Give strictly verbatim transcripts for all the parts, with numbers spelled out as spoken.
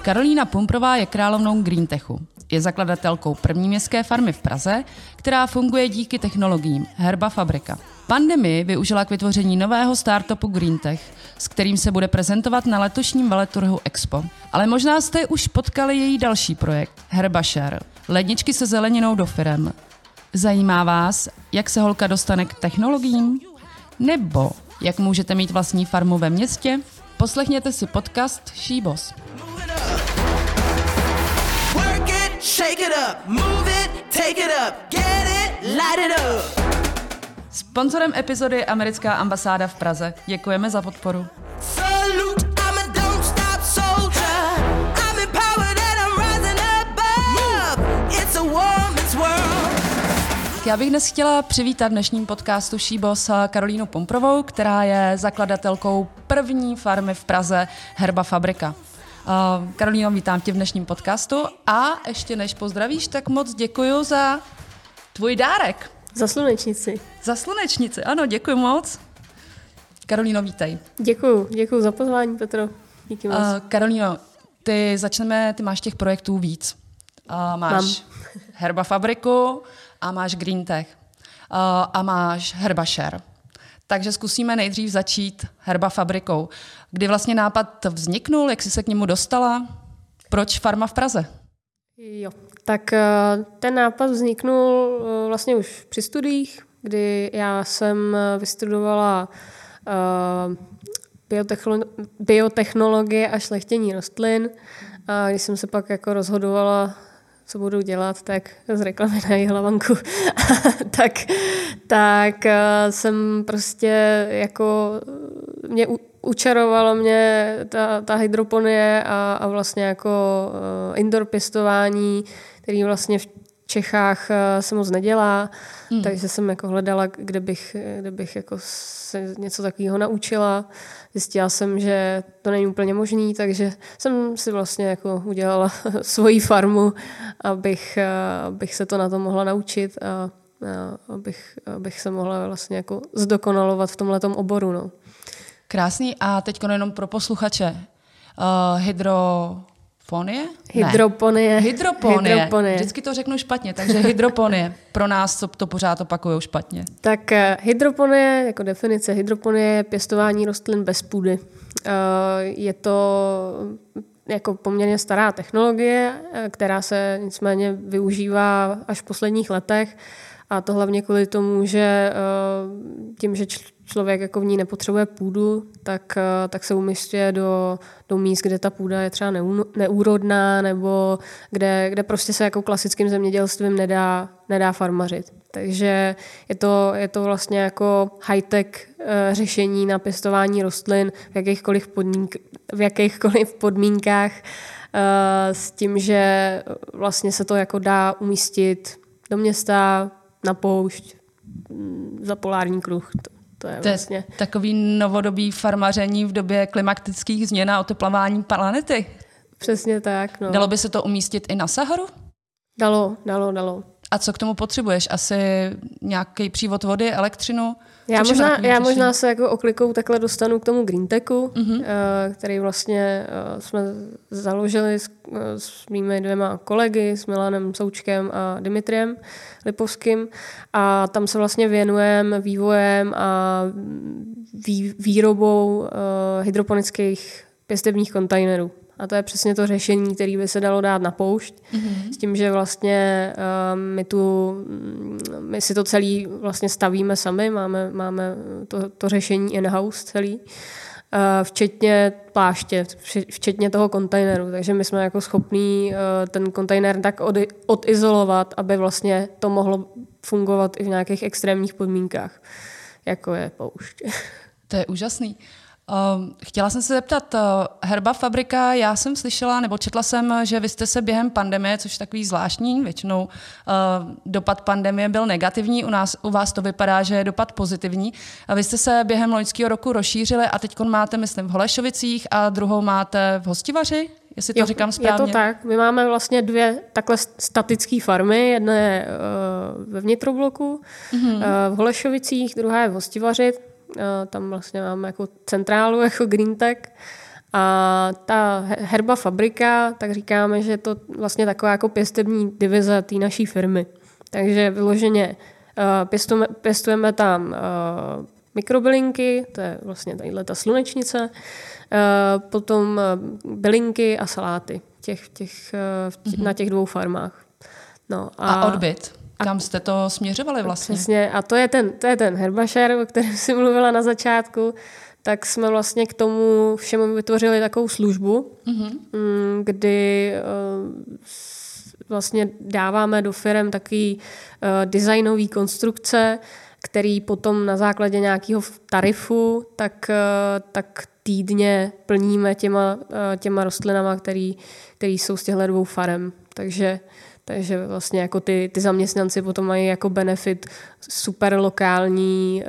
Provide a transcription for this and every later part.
Karolína Pumprová je královnou Greentechu. Je zakladatelkou první městské farmy v Praze, která funguje díky technologiím Herba Fabrika. Pandemii využila k vytvoření nového startupu Greentech, s kterým se bude prezentovat na letošním veletrhu Expo. Ale možná jste už potkali její další projekt, Herba Share, ledničky se zeleninou do firem. Zajímá vás, jak se holka dostane k technologiím? Nebo jak můžete mít vlastní farmu ve městě? Poslechněte si podcast She Boss. Sponzorem epizody je americká ambasáda v Praze. Děkujeme za podporu. Já bych dnes chtěla přivítat v dnešním podcastu She Boss Karolínu Pumprovou, která je zakladatelkou první farmy v Praze Herba Fabrika. Uh, Karolíno, vítám tě v dnešním podcastu a ještě než pozdravíš, tak moc děkuji za tvůj dárek. Za slunečnici. Za slunečnici, ano, děkuji moc. Karolíno, vítej. Děkuji, děkuji za pozvání, Petro. Díky moc. Uh, Karolíno, ty začneme, ty máš těch projektů víc. Uh, máš Mám. Herba Fabriku a máš Greentech uh, a máš Herba Share. Takže zkusíme nejdřív začít Herba Fabrikou. Kdy vlastně nápad vzniknul, jak jsi se k němu dostala? Proč farma v Praze? Jo, tak ten nápad vzniknul vlastně už při studiích, kdy já jsem vystudovala biotechno- biotechnologie a šlechtění rostlin. A když jsem se pak jako rozhodovala, co budu dělat, tak z reklamy na Jihlavanku, tak, tak jsem prostě jako mě u, učarovalo mě ta, ta hydroponie a, a vlastně jako uh, indoor pěstování, který vlastně v Čechách se moc nedělá, hmm. takže jsem jako hledala, kde bych, kde bych jako se něco takového naučila. Zjistila jsem, že to není úplně možný, takže jsem si vlastně jako udělala svoji farmu, abych, abych se to na to mohla naučit a, a abych, abych se mohla vlastně jako zdokonalovat v tomhletom oboru. No. Krásný. A teď jenom pro posluchače. Uh, hydro... Ponie? Hydroponie. Hydroponie. Hydroponie. Vždycky to řeknu špatně, takže hydroponie. Pro nás to, to pořád opakujou špatně. Tak hydroponie, jako definice hydroponie, je pěstování rostlin bez půdy. Je to jako poměrně stará technologie, která se nicméně využívá až v posledních letech. A to hlavně kvůli tomu, že tím, že člověk jako v ní nepotřebuje půdu, tak, tak se umísťuje do, do míst, kde ta půda je třeba neúrodná nebo kde, kde prostě se jako klasickým zemědělstvím nedá, nedá farmařit. Takže je to, je to vlastně jako high-tech řešení na pěstování rostlin v jakýchkoliv, podmínk, v jakýchkoliv podmínkách s tím, že vlastně se to jako dá umístit do města, na poušť, za polární kruh. To, to je to vlastně... je takový novodobý farmaření v době klimatických změn a oteplování planety. Přesně tak. No. Dalo by se to umístit i na Saharu? Dalo, dalo, dalo. A co k tomu potřebuješ? Asi nějaký přívod vody, elektřinu? Já možná, já možná se jako oklikou takhle dostanu k tomu Greentechu, mm-hmm. který vlastně jsme založili s, s mými dvěma kolegy, s Milanem Součkem a Dimitriem Lipovským. A tam se vlastně věnujeme vývojem a vý, výrobou hydroponických pěstebních kontejnerů. A to je přesně to řešení, které by se dalo dát na poušť. Mm-hmm. S tím, že vlastně uh, my, tu, my si to celý vlastně stavíme sami, máme, máme to, to řešení in-house celý, uh, včetně pláště, včetně toho kontejneru. Takže my jsme jako schopní uh, ten kontejner tak od, odizolovat, aby vlastně to mohlo fungovat i v nějakých extrémních podmínkách, jako je poušť. To je úžasný. Uh, chtěla jsem se zeptat, uh, Herba Fabrika, já jsem slyšela, nebo četla jsem, že vy jste se během pandemie, což je takový zvláštní, většinou uh, dopad pandemie byl negativní, u nás, u vás to vypadá, že je dopad pozitivní. A vy jste se během loňského roku rozšířili a teď máte, myslím, v Holešovicích a druhou máte v Hostivaři, jestli to jo, říkám správně. Je to tak. My máme vlastně dvě takhle statické farmy. Jedna je uh, ve vnitrobloku, mm-hmm. uh, v Holešovicích, druhá je v Hostivaři. Tam vlastně máme jako centrálu, jako Greentech. A ta Herba Fabrika, tak říkáme, že je to vlastně taková jako pěstební divize té naší firmy. Takže vyloženě uh, pěstujeme, pěstujeme tam uh, mikrobylinky, to je vlastně tadyhle ta slunečnice, uh, potom uh, bylinky a saláty těch, těch, uh, mm-hmm. na těch dvou farmách. No, a, a odbyt? Kam jste to směřovali vlastně? Přesně, a to je ten, to je ten herbašer, o kterém jsi mluvila na začátku. Tak jsme vlastně k tomu všemu vytvořili takovou službu, mm-hmm. kdy uh, vlastně dáváme do firem takový uh, designový konstrukce, který potom na základě nějakého tarifu tak, uh, tak týdně plníme těma, uh, těma rostlinama, který, který jsou z těchto dvou farem. Takže Takže vlastně jako ty, ty zaměstnanci potom mají jako benefit super lokální,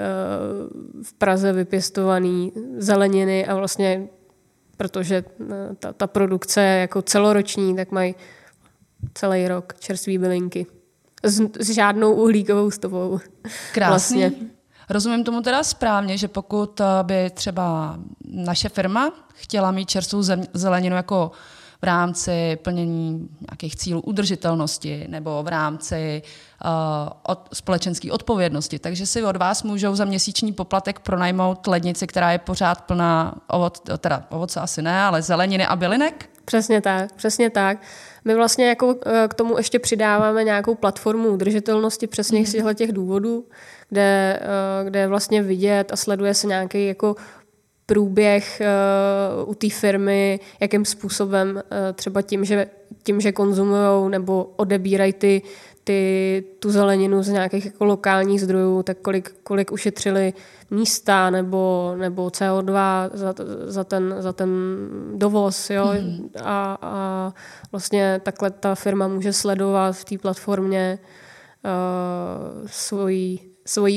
v Praze vypěstovaný zeleniny a vlastně, protože ta, ta produkce je jako celoroční, tak mají celý rok čerstvé bylinky. S, s žádnou uhlíkovou stopou. Krásný. Vlastně. Rozumím tomu teda správně, že pokud by třeba naše firma chtěla mít čerstvou zeleninu jako v rámci plnění nějakých cílů udržitelnosti nebo v rámci uh, od, společenské odpovědnosti. Takže si od vás můžou za měsíční poplatek pronajmout lednici, která je pořád plná ovoc, teda ovoce asi ne, ale zeleniny a bylinek? Přesně tak, přesně tak. My vlastně jako k tomu ještě přidáváme nějakou platformu udržitelnosti přesně mm. z těchto těch důvodů, kde, kde je vlastně vidět a sleduje se nějaký jako průběh uh, u té firmy, jakým způsobem uh, třeba tím, že, tím, že konzumujou nebo odebírají ty, ty, tu zeleninu z nějakých jako lokálních zdrojů, tak kolik, kolik ušetřili místa nebo, nebo C O dva za, za, ten, za ten dovoz. Jo? Mm. A, a vlastně takhle ta firma může sledovat v té platformě uh, svoji, svoji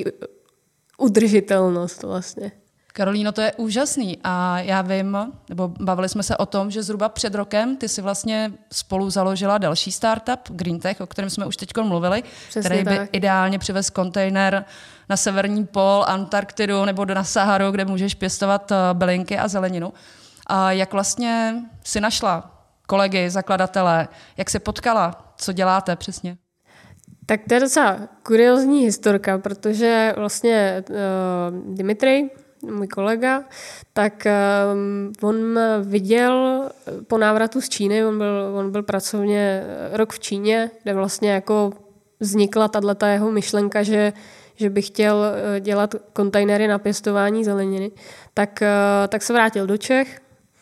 udržitelnost vlastně. Karolíno, to je úžasný a já vím, nebo bavili jsme se o tom, že zhruba před rokem ty si vlastně spolu založila další startup, GreenTech, o kterém jsme už teď mluvili, přesně který by tak. Ideálně přivez kontejner na severní pól, Antarktidu nebo na Saharu, kde můžeš pěstovat bylinky a zeleninu. A jak vlastně si našla kolegy, zakladatele, jak se potkala, co děláte přesně? Tak to je docela kuriózní historka, protože vlastně uh, Dimitri, můj kolega, tak um, on viděl po návratu z Číny, on byl, on byl pracovně rok v Číně, kde vlastně jako vznikla tato jeho myšlenka, že, že by chtěl dělat kontejnery na pěstování zeleniny, tak, uh, tak se vrátil do Čech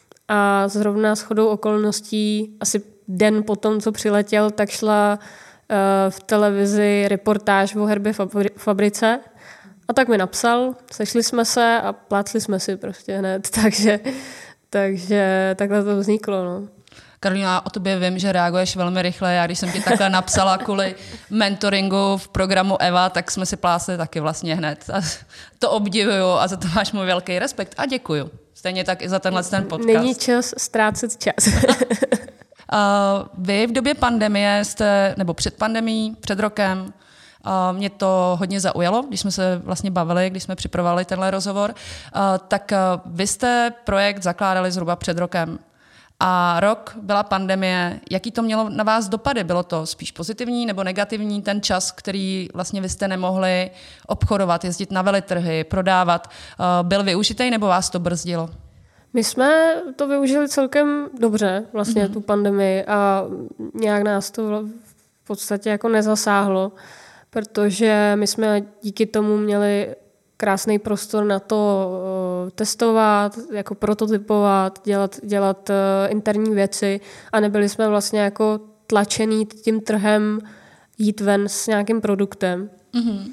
a zrovna shodou okolností asi den potom, co přiletěl, tak šla uh, v televizi reportáž o Herbě Fabrice. A tak mi napsal, sešli jsme se a plácli jsme si prostě hned, takže, takže takhle to vzniklo. No. Karolína, o tobě vím, že reaguješ velmi rychle. Já když jsem ti takhle napsala kvůli mentoringu v programu Eva, tak jsme si plásli taky vlastně hned. A to obdivuju a za to máš můj velký respekt a děkuju. Stejně tak i za tenhle ten podcast. Není čas ztrácet čas. uh, vy v době pandemie jste, nebo před pandemií, před rokem, Uh, mě to hodně zaujalo, když jsme se vlastně bavili, když jsme připravovali tenhle rozhovor, uh, tak uh, vy jste projekt zakládali zhruba před rokem a rok byla pandemie. Jaký to mělo na vás dopady? Bylo to spíš pozitivní nebo negativní ten čas, který vlastně vy jste nemohli obchodovat, jezdit na veletrhy, prodávat? Uh, byl využitý nebo vás to brzdilo? My jsme to využili celkem dobře, vlastně mm-hmm. tu pandemii a nějak nás to v podstatě jako nezasáhlo, protože my jsme díky tomu měli krásný prostor na to uh, testovat, jako prototypovat, dělat, dělat uh, interní věci a nebyli jsme vlastně jako tlačený tím trhem jít ven s nějakým produktem. Mm-hmm.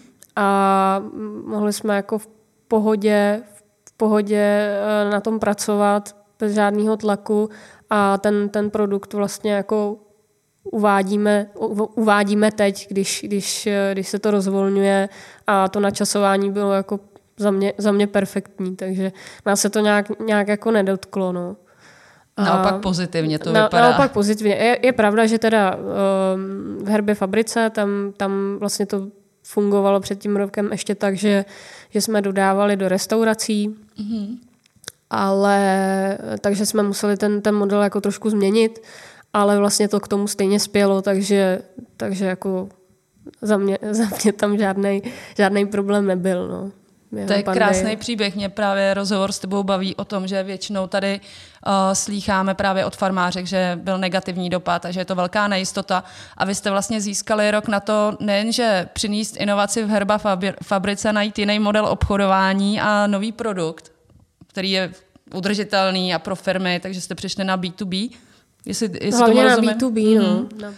A mohli jsme jako v pohodě, v pohodě uh, na tom pracovat bez žádného tlaku a ten, ten produkt vlastně jako uvádíme, uvádíme teď, když, když, když se to rozvolňuje a to načasování bylo jako za mě, za mě perfektní, takže nás se to nějak, nějak jako nedotklo. No. Naopak pozitivně to na, vypadá. Naopak pozitivně. Je, je pravda, že teda um, v Herbě Fabrice tam, tam vlastně to fungovalo před tím rokem ještě tak, že, že jsme dodávali do restaurací, mm-hmm. ale takže jsme museli ten, ten model jako trošku změnit, ale vlastně to k tomu stejně spělo, takže, takže jako za mě, za mě tam žádnej, žádnej problém nebyl. No. To je krásný příběh. Mě právě rozhovor s tebou baví o tom, že většinou tady uh, slýcháme právě od farmářek, že byl negativní dopad a že je to velká nejistota. A vy jste vlastně získali rok na to nejenže přinést inovaci v Herba fabrice, najít jiný model obchodování a nový produkt, který je udržitelný a pro firmy, takže jste přišli na bé dvě bé. Jestli, jestli Hlavně na rozumím? bé dvě bé, no. Mm-hmm.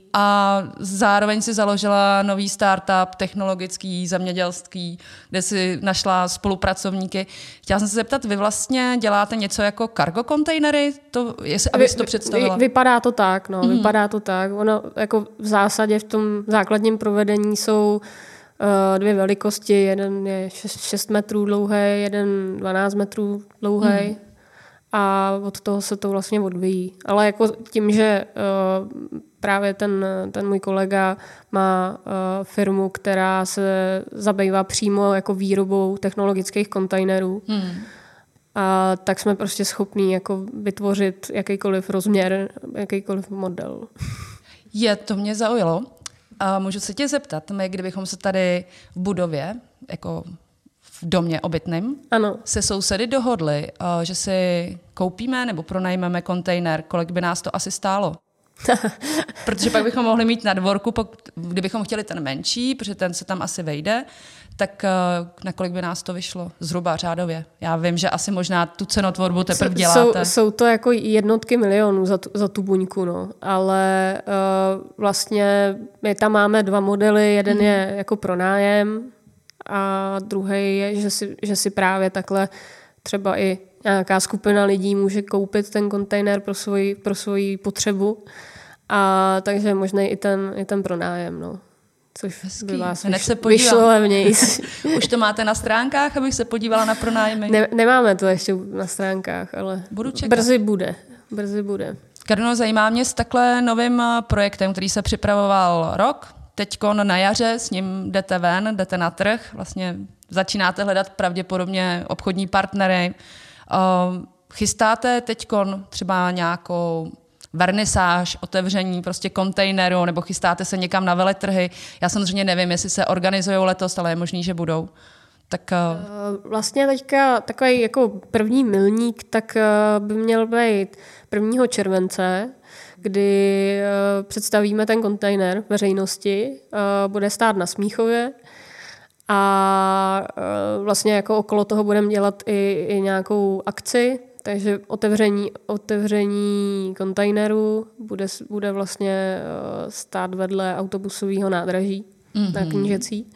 A zároveň si založila nový startup technologický, zemědělský, kde si našla spolupracovníky. Chtěla jsem se zeptat, vy vlastně děláte něco jako cargo kontejnery? To, jestli, abys to představila. Vy, vypadá to tak, no, mm. vypadá to tak. Ono jako v zásadě v tom základním provedení jsou uh, dvě velikosti. Jeden je šest metrů dlouhý, jeden dvanáct metrů dlouhý. Mm. A od toho se to vlastně odvíjí. Ale jako tím, že uh, právě ten, ten můj kolega má uh, firmu, která se zabývá přímo jako výrobou technologických kontejnerů, hmm. a tak jsme prostě schopní jako vytvořit jakýkoliv rozměr, jakýkoliv model. Je, to mě zaujalo. A můžu se tě zeptat, my kdybychom se tady v budově, jako v domě obytném, ano. se sousedy dohodli, že si koupíme nebo pronajmeme kontejner, kolik by nás to asi stálo? Protože pak bychom mohli mít na dvorku, kdybychom chtěli ten menší, protože ten se tam asi vejde, tak na kolik by nás to vyšlo? Zhruba řádově. Já vím, že asi možná tu cenotvorbu teprve děláte. Jsou, jsou to jako jednotky milionů za tu, za tu buňku, no. Ale uh, vlastně my tam máme dva modely. Jeden hmm. je jako pronájem a druhý je, že si, že si právě takhle třeba i nějaká skupina lidí může koupit ten kontejner pro svoji, pro svoji potřebu. A takže možná i ten, i ten pronájem, no. Což hezký. By vás vyšlo, vyšlo levněji. Už to máte na stránkách, abych se podívala na pronájmy? Ne, nemáme to ještě na stránkách, ale budu čekat. Brzy bude. Brzy bude. Karolino, zajímá mě s takhle novým projektem, který se připravoval rok. Teďkon na jaře, s ním jdete ven, jdete na trh, vlastně začínáte hledat pravděpodobně obchodní partnery. Chystáte teďkon třeba nějakou vernisáž, otevření prostě kontejneru, nebo chystáte se někam na veletrhy? Já samozřejmě nevím, jestli se organizují letos, ale je možný, že budou. Tak, uh... Vlastně teďka takový jako první milník tak by měl být prvního července, kdy uh, představíme ten kontejner veřejnosti. Uh, bude stát na Smíchově a uh, vlastně jako okolo toho budeme dělat i, i nějakou akci. Takže otevření, otevření kontejneru bude, bude vlastně stát vedle autobusového nádraží mm-hmm. na Knížecí.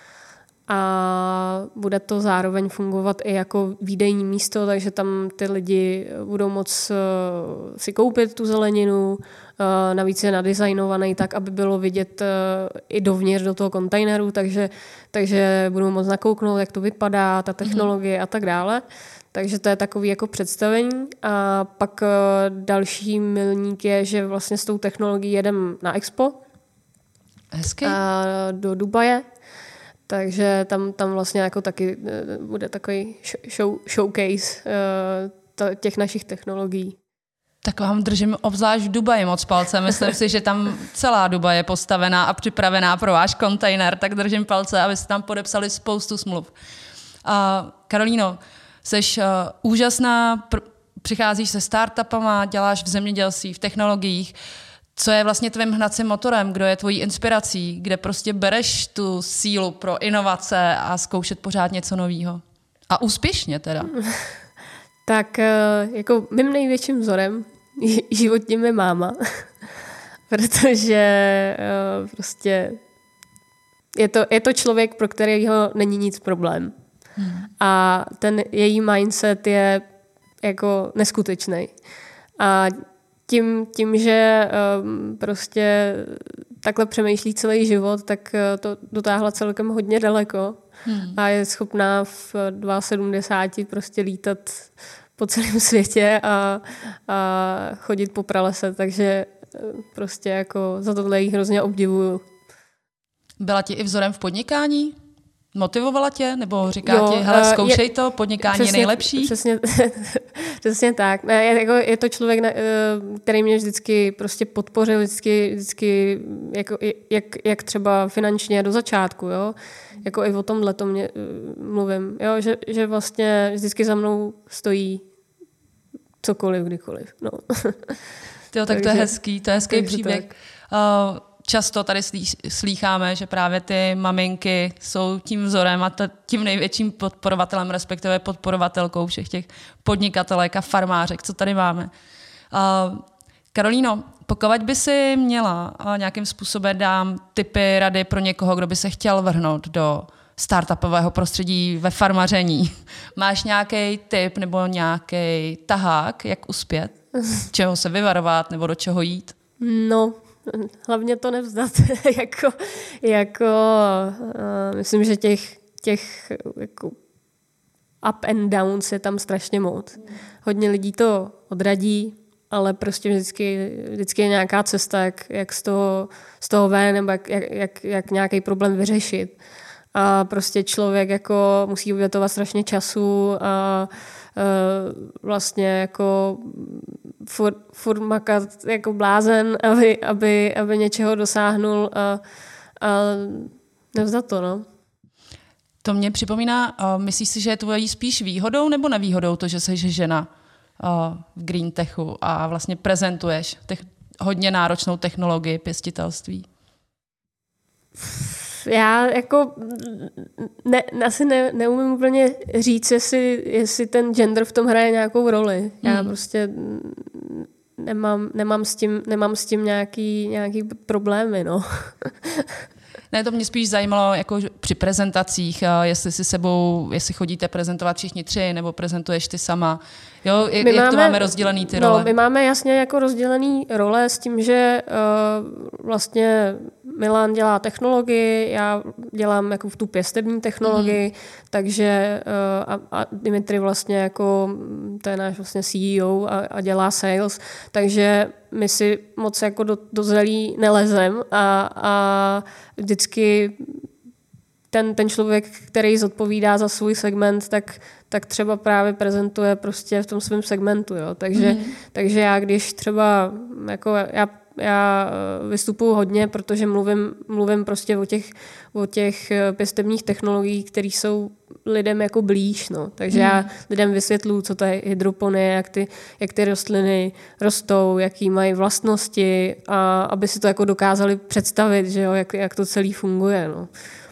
A bude to zároveň fungovat i jako výdejní místo, takže tam ty lidi budou moct si koupit tu zeleninu, navíc je nadizajnovaný tak, aby bylo vidět i dovnitř do toho kontejneru, takže, takže budou moct nakouknout, jak to vypadá, ta technologie mm-hmm. a tak dále. Takže to je takový jako představení. A pak další milník je, že vlastně s tou technologií jedem na Expo. Hezky. A do Dubaje. Takže tam, tam vlastně jako taky bude takový show, showcase těch našich technologií. Tak vám držím obzvlášť v Dubaji moc palce. Myslím si, že tam celá Dubaj je postavená a připravená pro váš kontejner, tak držím palce, abyste tam podepsali spoustu smluv. A Karolíno, seš uh, úžasná, pr- přicházíš se startupama, děláš v zemědělství, v technologiích. Co je vlastně tvým hnacím motorem? Kdo je tvojí inspirací? Kde prostě bereš tu sílu pro inovace a zkoušet pořád něco nového? A úspěšně teda. Tak jako mým největším vzorem životním je máma. Protože prostě je to, je to člověk, pro kterého není nic problém. Hmm. A ten její mindset je jako neskutečný. A tím, tím že um, prostě takhle přemýšlí celý život, tak to dotáhla celkem hodně daleko. Hmm. A je schopná v sedmdesáti dvou prostě lítat po celém světě a, a chodit po pralese. Takže prostě jako za tohle jí hrozně obdivuju. Byla ti i vzorem v podnikání? Motivovala tě? Nebo říká jo, ti, hele, zkoušej je, to, podnikání přesně, je nejlepší? Přesně, přesně tak. Ne, je, jako, je to člověk, který mě vždycky prostě podpořil, vždycky, vždycky jako, jak, jak třeba finančně do začátku, jo? Jako i o tomhle to mě mluvím, jo? Že, že vlastně vždycky za mnou stojí cokoliv, kdykoliv. No. Jo, tak takže, to je hezký, to je hezký příběh. Uh, často tady slýcháme, že právě ty maminky jsou tím vzorem a tím největším podporovatelem, respektive podporovatelkou všech těch podnikatelek a farmářek, co tady máme. Uh, Karolíno, pokud by si měla uh, nějakým způsobem dám tipy, rady pro někoho, kdo by se chtěl vrhnout do startupového prostředí ve farmaření. Máš nějaký tip nebo nějaký tahák, jak uspět? Čeho se vyvarovat nebo do čeho jít? No, hlavně to nevzdat. jako, jako uh, myslím, že těch, těch jako up and downs je tam strašně moc. Hodně lidí to odradí, ale prostě vždycky, vždycky je nějaká cesta, jak, jak z toho, z toho ven, nebo jak, jak, jak nějaký problém vyřešit. A prostě člověk jako musí obětovat strašně času a uh, vlastně jako furt, furt makat jako blázen, aby, aby, aby něčeho dosáhnul a, a nevzdat to, no. To mě připomíná, uh, myslíš si, že je tvojí spíš výhodou nebo nevýhodou to, že jsi žena uh, v green techu a vlastně prezentuješ těch, hodně náročnou technologii pěstitelství? Já jako ne, asi ne, neumím úplně říct, jestli, jestli ten gender v tom hraje nějakou roli. Já mm. prostě nemám, nemám s tím, nemám s tím nějaký, nějaký problémy, no. Ne, to mě spíš zajímalo jako při prezentacích, jestli si sebou, jestli chodíte prezentovat všichni tři, nebo prezentuješ ty sama. Jo, jak, jak máme, to máme rozdělený ty no, role? My máme jasně jako rozdělený role s tím, že uh, vlastně Milan dělá technologii, já dělám jako v tu pěstební technologii, mm. takže uh, a, a Dimitri vlastně jako, to je náš vlastně C E O a, a dělá sales, takže my si moc jako do, do zelí nelezem a, a vždycky ten, ten člověk, který zodpovídá za svůj segment, tak, tak třeba právě prezentuje prostě v tom svém segmentu. Jo. Takže, mm. takže já když třeba jako já, já vystupuji hodně, protože mluvím, mluvím prostě o těch, o těch pěstebních technologiích, které jsou lidem jako blíž. No. Takže mm. já lidem vysvětluji, co to je hydroponie, jak ty, jak ty rostliny rostou, jaký mají vlastnosti a aby si to jako dokázali představit, že jo, jak, jak to celý funguje. No.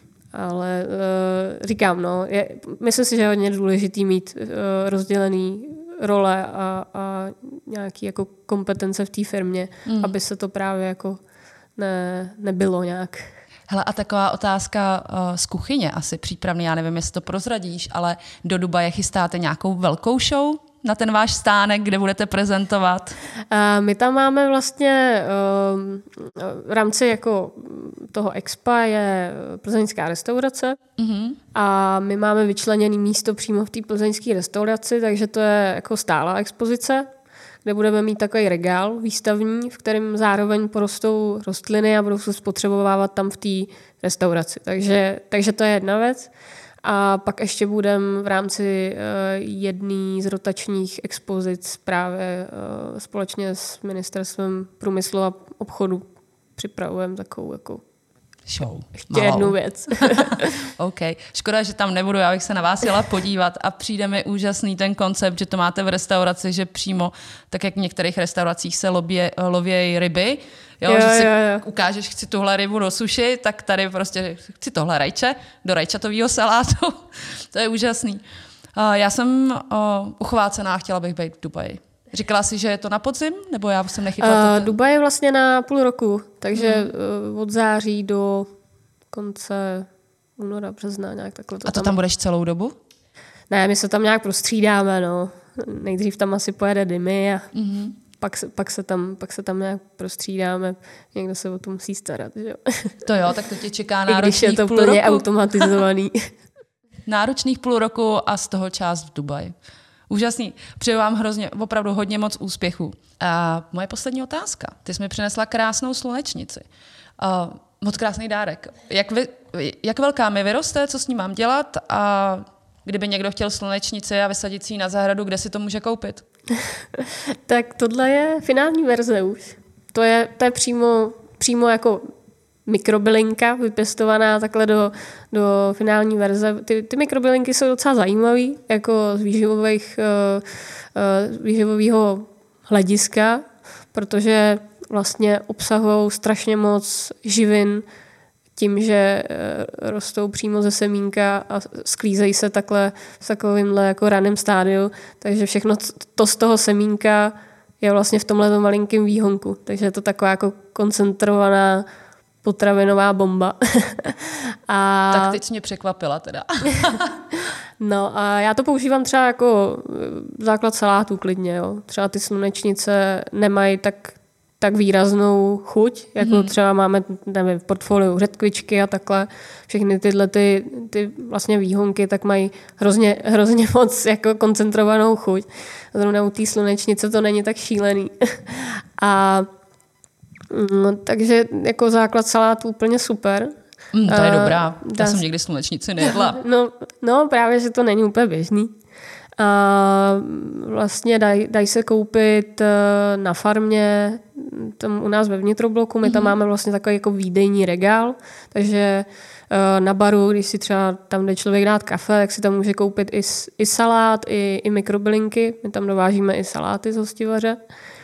Ale uh, říkám, no, je, myslím si, že je hodně důležitý mít uh, rozdělený role a, a nějaký jako kompetence v té firmě, mm. aby se to právě jako ne, nebylo nějak. Hele, a taková otázka uh, z kuchyně, asi přípravný, já nevím, jestli to prozradíš, ale do Dubaje chystáte nějakou velkou show na ten váš stánek, kde budete prezentovat? Uh, my tam máme vlastně uh, v rámci jako toho expa je plzeňská restaurace mm-hmm. a my máme vyčleněné místo přímo v té plzeňské restauraci, takže to je jako stálá expozice, kde budeme mít takový regál výstavní, v kterém zároveň porostou rostliny a budou se spotřebovávat tam v té restauraci. Takže, takže to je jedna věc. A pak ještě budeme v rámci uh, jedné z rotačních expozic právě uh, společně s Ministerstvem průmyslu a obchodu připravujeme takovou jako show. Ještě malou. Jednu věc. OK. Škoda, že tam nebudu, já bych se na vás jela podívat a přijde mi úžasný ten koncept, že to máte v restauraci, že přímo, tak jak v některých restauracích se lobě, lovějí ryby, jo, jo, že si jo, jo. ukážeš, chci tuhle rybu do suši, tak tady prostě chci tohle rajče, do rajčatového salátu. To je úžasný. Já jsem uchvácená, chtěla bych být v Dubaji. Říkala jsi, že je to na podzim? Nebo já jsem nechytla? Uh, Dubaj je vlastně na půl roku, takže hmm. uh, od září do konce února, března, nějak takhle. To A to tam, tam budeš celou dobu? Ne, my se tam nějak prostřídáme, no. Nejdřív tam asi pojede Dimi a mm-hmm. pak, se, pak, se tam, pak se tam nějak prostřídáme. Někdo se o to musí starat, že jo? To jo, tak to tě čeká náročných půl roku. I když je to plně automatizovaný. Náročných půl roku a z toho část v Dubaji. Úžasný. Přeju vám hrozně, opravdu hodně moc úspěchů. A moje poslední otázka. Ty jsi mi přinesla krásnou slunečnici. A Moc krásný dárek. Jak, vy, jak velká mi vyroste, co s ní mám dělat a kdyby někdo chtěl slunečnici a vysadit si ji na zahradu, kde si to může koupit? Tak tohle je finální verze už. To je, to je přímo, přímo jako mikrobylinka vypěstovaná takhle do, do finální verze. Ty, ty mikrobylinky jsou docela zajímavý, jako z výživových, z výživového hlediska, protože vlastně obsahují strašně moc živin tím, že rostou přímo ze semínka a sklízejí se takhle v takovémhle jako raném stádiu. Takže všechno to z toho semínka je vlastně v tomhle malinkém výhonku. Takže je to taková jako koncentrovaná potravinová bomba. a... Tak teď jsi mě překvapila teda. No a já to používám třeba jako základ salátů klidně. Jo. Třeba ty slunečnice nemají tak tak výraznou chuť, jako mm-hmm. třeba máme nevím, v portfoliu řetkvičky a takhle. Všechny tyhle ty, ty vlastně výhonky tak mají hrozně, hrozně moc jako koncentrovanou chuť. Zrovna u té slunečnice to není tak šílený. a no, takže jako základ salátu úplně super. Mm, to je uh, dobrá. Já jsem někdy slunečnici nejedla. no, no právě, že to není úplně běžný. A vlastně dají daj se koupit na farmě, tam u nás ve vnitrobloku, my tam mm-hmm. máme vlastně takový jako výdejní regál, takže na baru, když si třeba tam jde člověk dát kafe, tak si tam může koupit i, i salát, i, i mikrobylinky, my tam dovážíme i saláty z hostivaře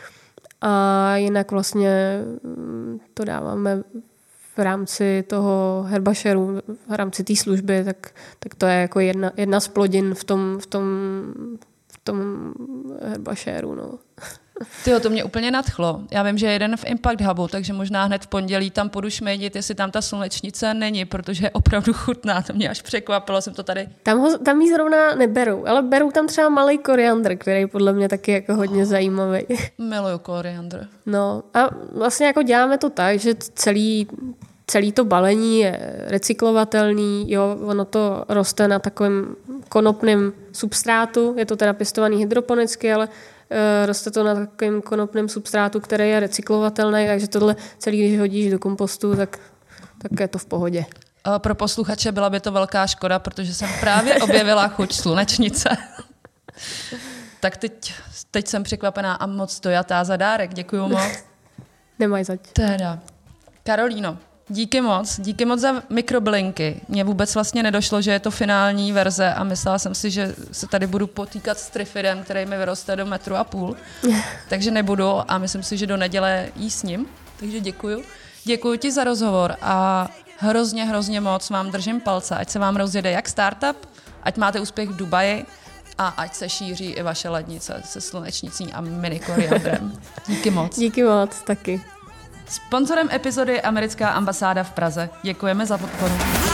a jinak vlastně to dáváme v rámci toho herbašeru, v rámci té služby, tak, tak to je jako jedna, jedna z plodin v tom, v tom, v tom herbašeru. No. Tyjo, to mě úplně nadchlo. Já vím, že je jeden v Impact Hubu, takže možná hned v pondělí tam půjdu šmejdit, jestli tam ta slunečnice není, protože je opravdu chutná. To mě až překvapilo, jsem to tady... Tam, ho, tam jí zrovna neberou, ale berou tam třeba malý koriandr, který podle mě taky jako hodně zajímavý. Miluju koriandr. No a vlastně jako děláme to tak, že celý... Celý to balení je recyklovatelný, jo, ono to roste na takovém konopném substrátu, je to teda pěstovaný hydroponicky, ale e, roste to na takovém konopném substrátu, který je recyklovatelný, takže tohle celý, když hodíš do kompostu, tak, tak je to v pohodě. Pro posluchače byla by to velká škoda, protože jsem právě objevila chuť slunečnice. Tak teď, teď jsem překvapená a moc dojatá za dárek, děkuju moc. Nemaj zač. Teda. Karolíno, díky moc, díky moc za mikrobylinky. Mně vůbec vlastně nedošlo, že je to finální verze a myslela jsem si, že se tady budu potýkat s trifidem, který mi vyroste do metru a půl. Takže nebudu a myslím si, že do neděle jí s ním. Takže děkuju. Děkuju ti za rozhovor a hrozně, hrozně moc vám držím palce, ať se vám rozjede jak startup, ať máte úspěch v Dubaji a ať se šíří i vaše lednice se slunečnicí a mini koriandrem. Díky moc. Díky moc, taky. Sponzorem epizody je americká ambasáda v Praze. Děkujeme za podporu.